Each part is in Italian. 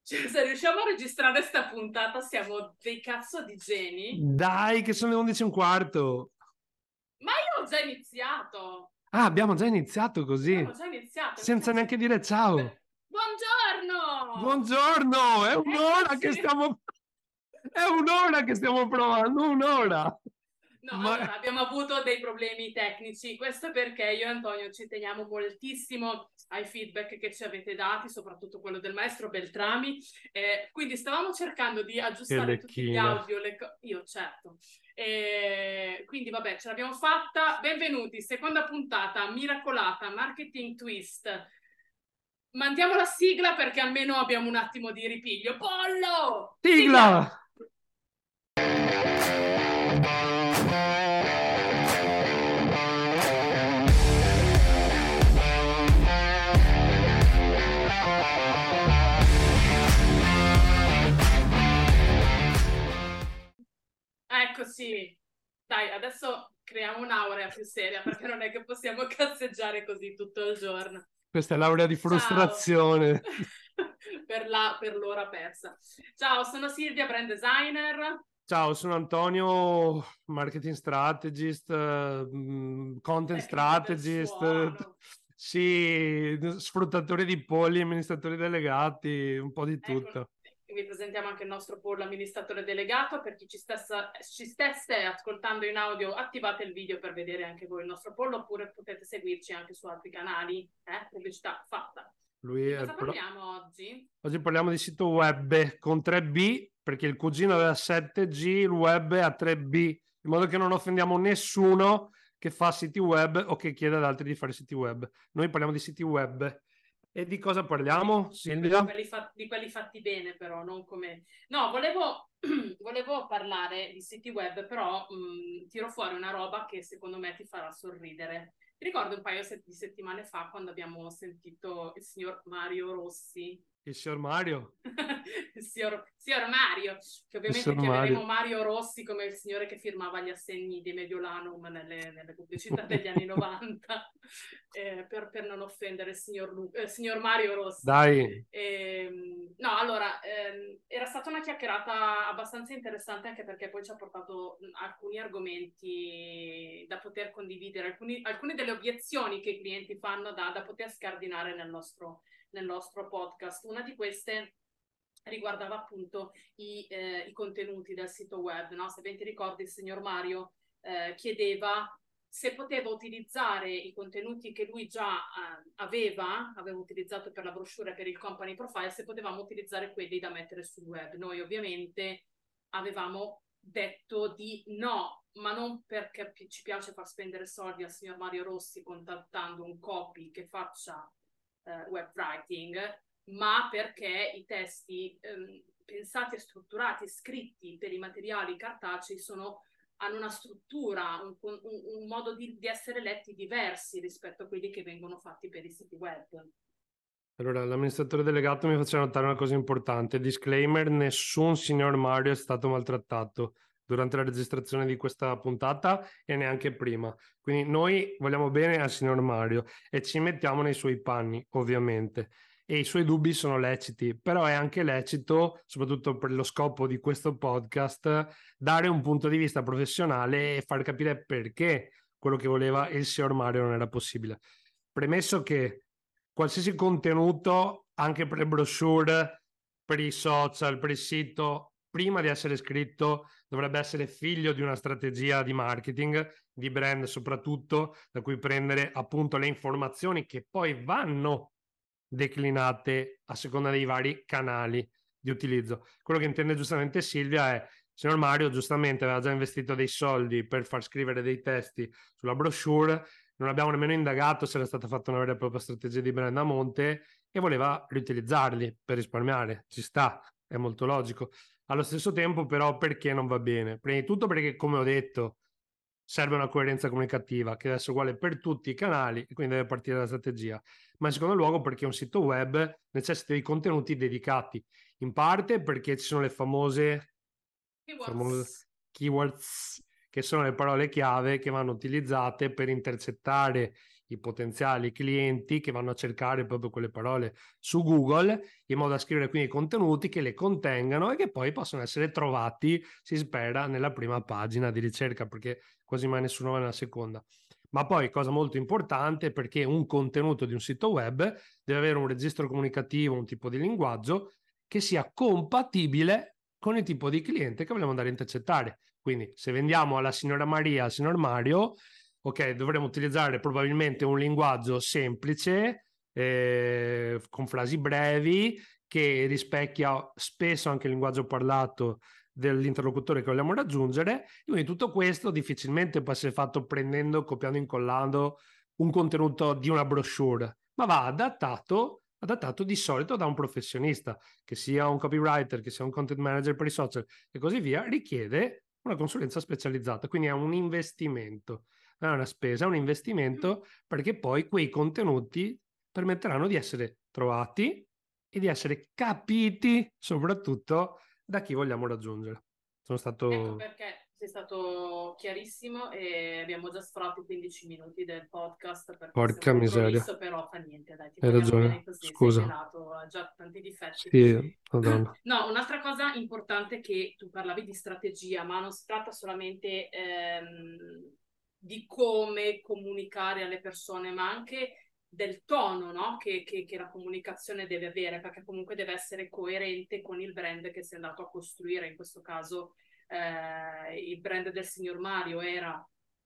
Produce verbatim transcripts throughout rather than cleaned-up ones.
Cioè, se riusciamo a registrare sta puntata siamo dei cazzo di geni. Dai, che sono le undici e un quarto. Ma io ho già iniziato. Ah, abbiamo già iniziato così, Abbiamo già iniziato. Che senza cazzo? neanche dire ciao. Beh, buongiorno! Buongiorno, è un'ora che Eccoci. stiamo... È un'ora che stiamo provando, un'ora. No, Ma... allora abbiamo avuto dei problemi tecnici, questo perché io e Antonio ci teniamo moltissimo ai feedback che ci avete dati, soprattutto quello del maestro Beltrami, eh, quindi stavamo cercando di Che aggiustare tutti gli lecchina. audio, le co- io certo, e quindi vabbè ce l'abbiamo fatta, benvenuti, seconda puntata, miracolata, marketing twist, mandiamo la sigla perché almeno abbiamo un attimo di ripiglio, Pollo, Sigla! sigla! Eccoci, dai, adesso creiamo un'aurea più seria perché non è che possiamo cazzeggiare così tutto il giorno. Questa è laurea di Ciao, frustrazione. per la- per l'ora persa. Ciao, sono Silvia, brand designer. Ciao, sono Antonio, marketing strategist, eh, mm, content Tecnico del strategist, eh, suono. sì, sfruttatore di polli, amministratori delegati, un po' di Ecco, tutto. vi presentiamo anche il nostro pollo amministratore delegato. Per chi ci stesse, ci stesse ascoltando in audio, attivate il video per vedere anche voi il nostro pollo, oppure potete seguirci anche su altri canali. Eh? Pubblicità fatta. Lui Di è cosa il pro- parliamo oggi? Oggi parliamo di sito web con tre B, perché il cugino aveva sette G, il web ha tre B, in modo che non offendiamo nessuno che fa siti web o che chiede ad altri di fare siti web. Noi parliamo di siti web. E di cosa Di, parliamo, di Silvia? quelli, fa- di quelli fatti bene, però, non come... No, volevo, volevo parlare di siti web, però mh, tiro fuori una roba che secondo me ti farà sorridere. Ti ricordo un paio se- di settimane fa quando abbiamo sentito il signor Mario Rossi, Il signor Mario. il signor, signor Mario, che Il ovviamente signor chiameremo Mario. Mario Rossi come il signore che firmava gli assegni di Mediolanum nelle, nelle pubblicità degli anni novanta, eh, per, per non offendere il signor, Lu- eh, signor Mario Rossi. Dai, Ehm, no, allora, ehm, era stata una chiacchierata abbastanza interessante anche perché poi ci ha portato mh, alcuni argomenti da poter condividere, alcuni, alcune delle obiezioni che i clienti fanno da, da poter scardinare nel nostro, nel nostro podcast. Una di queste riguardava appunto i, eh, i contenuti del sito web, no? Se ben ti ricordi, il signor Mario eh, chiedeva se poteva utilizzare i contenuti che lui già eh, aveva, aveva utilizzato per la brochure e per il company profile, se potevamo utilizzare quelli da mettere sul web. Noi ovviamente avevamo detto di no, ma non perché ci piace far spendere soldi al signor Mario Rossi contattando un copy che faccia eh, web writing, ma perché i testi ehm, pensati e strutturati, scritti per i materiali cartacei sono, hanno una struttura, un, un, un modo di, di essere letti diversi rispetto a quelli che vengono fatti per i siti web. allora l'amministratore delegato mi faceva notare una cosa importante. Disclaimer, nessun signor Mario è stato maltrattato durante la registrazione di questa puntata e neanche prima. Quindi noi vogliamo bene al signor Mario e ci mettiamo nei suoi panni, ovviamente. E i suoi dubbi sono leciti, però è anche lecito, soprattutto per lo scopo di questo podcast, dare un punto di vista professionale e far capire perché quello che voleva il signor Mario non era possibile. Premesso che qualsiasi contenuto, anche per le brochure, per i social, per il sito, prima di essere scritto, dovrebbe essere figlio di una strategia di marketing, di brand soprattutto, da cui prendere appunto le informazioni che poi vanno declinate a seconda dei vari canali di utilizzo. Quello che intende giustamente Silvia è, signor Mario giustamente aveva già investito dei soldi per far scrivere dei testi sulla brochure, non abbiamo nemmeno indagato se era stata fatta una vera e propria strategia di brand a monte e voleva riutilizzarli per risparmiare. Ci sta, è molto logico. Allo stesso tempo, però, perché non va bene? Prima di tutto perché, come ho detto, serve una coerenza comunicativa che deve essere uguale per tutti i canali e quindi deve partire dalla strategia. Ma in secondo luogo perché un sito web necessita di contenuti dedicati, in parte perché ci sono le famose, famose Keywords. keywords, che sono le parole chiave che vanno utilizzate per intercettare i potenziali clienti che vanno a cercare proprio quelle parole su Google, in modo da scrivere quindi contenuti che le contengano e che poi possono essere trovati, si spera, nella prima pagina di ricerca, perché quasi mai nessuno va nella seconda. Ma poi, cosa molto importante, perché un contenuto di un sito web deve avere un registro comunicativo, un tipo di linguaggio che sia compatibile con il tipo di cliente che vogliamo andare a intercettare. Quindi se vendiamo alla signora Maria, al signor Mario, ok, dovremo utilizzare probabilmente un linguaggio semplice, eh, con frasi brevi, che rispecchia spesso anche il linguaggio parlato dell'interlocutore che vogliamo raggiungere. Quindi tutto questo difficilmente può essere fatto prendendo, copiando, incollando un contenuto di una brochure, ma va adattato, adattato di solito da un professionista, che sia un copywriter, che sia un content manager per i social e così via, richiede una consulenza specializzata, quindi è un investimento, non è una spesa, è un investimento, perché poi quei contenuti permetteranno di essere trovati e di essere capiti soprattutto da chi vogliamo raggiungere. Sono Ecco stato... perché sei stato chiarissimo e abbiamo già sforato i quindici minuti del podcast perché sei un Porca po' miseria, prolisso, però fa niente, dai, ti hai vogliamo bene ragione, così, sei scusa. pelato, ha già tanti difetti. Sì, madonna. No, un'altra cosa importante che tu parlavi di strategia, ma non si tratta solamente ehm, di come comunicare alle persone, ma anche del tono, no? che, che, che la comunicazione deve avere, perché comunque deve essere coerente con il brand che sei andato a costruire. In questo caso eh, il brand del signor Mario era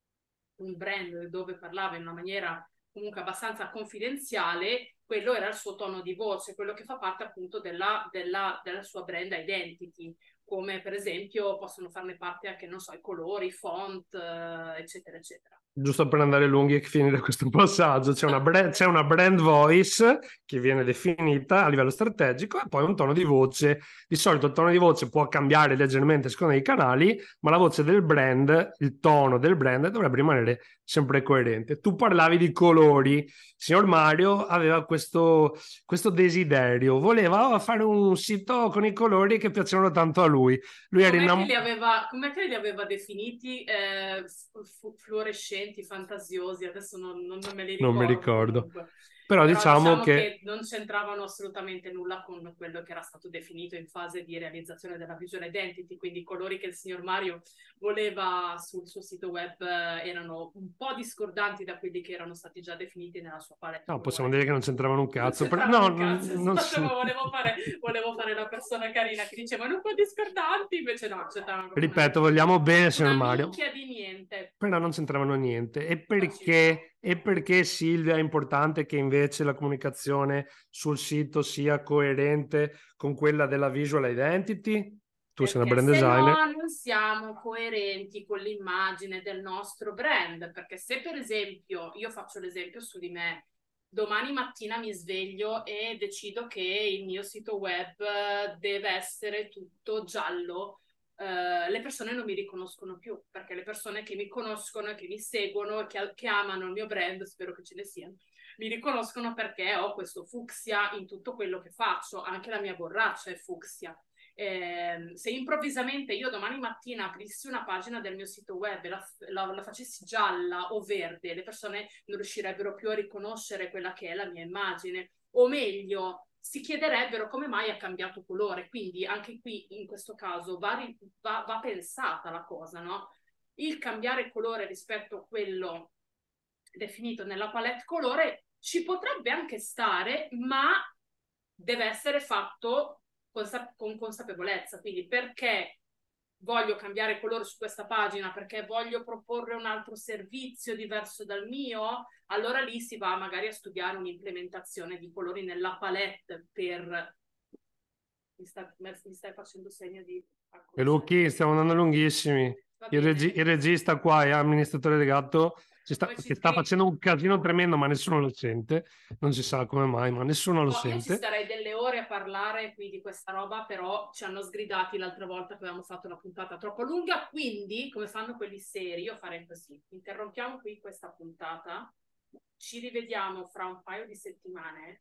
un brand dove parlava in una maniera comunque abbastanza confidenziale, quello era il suo tono di voce, quello che fa parte appunto della, della, della sua brand identity, come per esempio possono farne parte anche, non so, i colori, i font, eh, eccetera, eccetera. Giusto per andare lunghi e finire questo passaggio, c'è una, brand, c'è una brand voice che viene definita a livello strategico e poi un tono di voce. Di solito il tono di voce può cambiare leggermente a seconda dei canali, ma la voce del brand, il tono del brand dovrebbe rimanere sempre coerente. Tu parlavi di colori, signor Mario aveva questo, questo desiderio, voleva fare un sito con i colori che piacevano tanto a lui. Lui era Com'è che li innamorato. aveva, com'è che li aveva definiti? Eh, fu- fluorescenti, fantasiosi, adesso non, non- non me li Non mi ricordo ricordo. comunque. Però Però diciamo diciamo che che non c'entravano assolutamente nulla con quello che era stato definito in fase di realizzazione della visual identity, quindi i colori che il signor Mario voleva sul suo sito web eh, erano un po' discordanti da quelli che erano stati già definiti nella sua palette no, possiamo colore. dire che non c'entravano un Non cazzo. Per... c'entravano No, un non, cazzo, non esatto, so. ma volevo fare, volevo fare la persona carina che dicevano un po' discordanti, invece no, c'entravano proprio una Ripeto, minchia di, vogliamo bene, signor una Mario, minchia di niente. però non c'entravano niente. E Facilissimo. perché, e perché Silvia è importante che invece la comunicazione sul sito sia coerente con quella della visual identity? Tu sei una Perché brand se designer. no non siamo coerenti con l'immagine del nostro brand. Perché se per esempio, io faccio l'esempio su di me, domani mattina mi sveglio e decido che il mio sito web eh, deve essere tutto giallo, eh, le persone non mi riconoscono più, perché le persone che mi conoscono e che mi seguono e che, che amano il mio brand, spero che ce ne siano, mi riconoscono perché ho questo fucsia in tutto quello che faccio, anche la mia borraccia è fucsia. Eh, se improvvisamente io domani mattina aprissi una pagina del mio sito web e la, la, la facessi gialla o verde, le persone non riuscirebbero più a riconoscere quella che è la mia immagine, o meglio, si chiederebbero come mai ha cambiato colore. Quindi anche qui, in questo caso, va, va, va pensata la cosa, no? Il cambiare colore rispetto a quello definito nella palette colore ci potrebbe anche stare, ma deve essere fatto consa- con consapevolezza. Quindi perché voglio cambiare colore su questa pagina, perché voglio proporre un altro servizio diverso dal mio, allora lì si va magari a studiare un'implementazione di colori nella palette per... Mi, sta, mi stai facendo segno di... E Luchi, stiamo andando lunghissimi. Va Il, regi- bene. il regista qua è amministratore delegato ci sta, Poi che ci, sta qui facendo un casino tremendo, ma nessuno lo sente. Non si sa come mai, ma nessuno lo No, io ci sente. starei delle ore a parlare qui di questa roba, però ci hanno sgridati l'altra volta che avevamo fatto una puntata troppo lunga, quindi, come fanno quelli seri, io farei così. Interrompiamo qui questa puntata, ci rivediamo fra un paio di settimane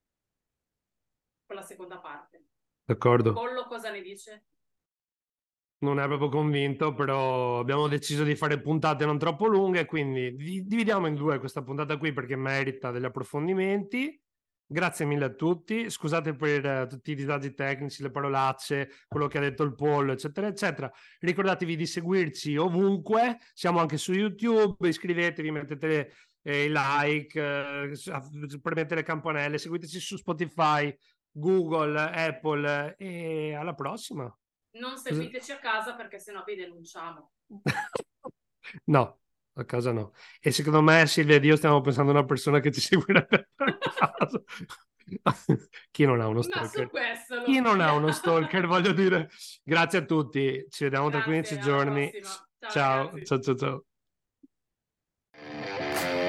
con la seconda parte. D'accordo. Pollo cosa ne dice? non è proprio convinto, però abbiamo deciso di fare puntate non troppo lunghe, quindi dividiamo in due questa puntata qui perché merita degli approfondimenti. Grazie mille a tutti, scusate per uh, tutti i disagi tecnici, le parolacce, quello che ha detto il pollo, eccetera, eccetera. Ricordatevi di seguirci ovunque, siamo anche su YouTube, iscrivetevi, mettete eh, i like, eh, premete le campanelle, seguiteci su Spotify, Google, Apple e alla prossima. Non seguiteci a casa perché sennò vi denunciamo. No, a casa no. E secondo me Silvia ed io stiamo pensando a una persona che ci seguirebbe per caso. Chi non ha uno stalker? Questo Chi non ha uno vediamo. stalker, voglio dire. Grazie a tutti, ci vediamo tra Grazie, quindici alla giorni. prossima. Ciao, Ciao, ragazzi. ciao, ciao, ciao.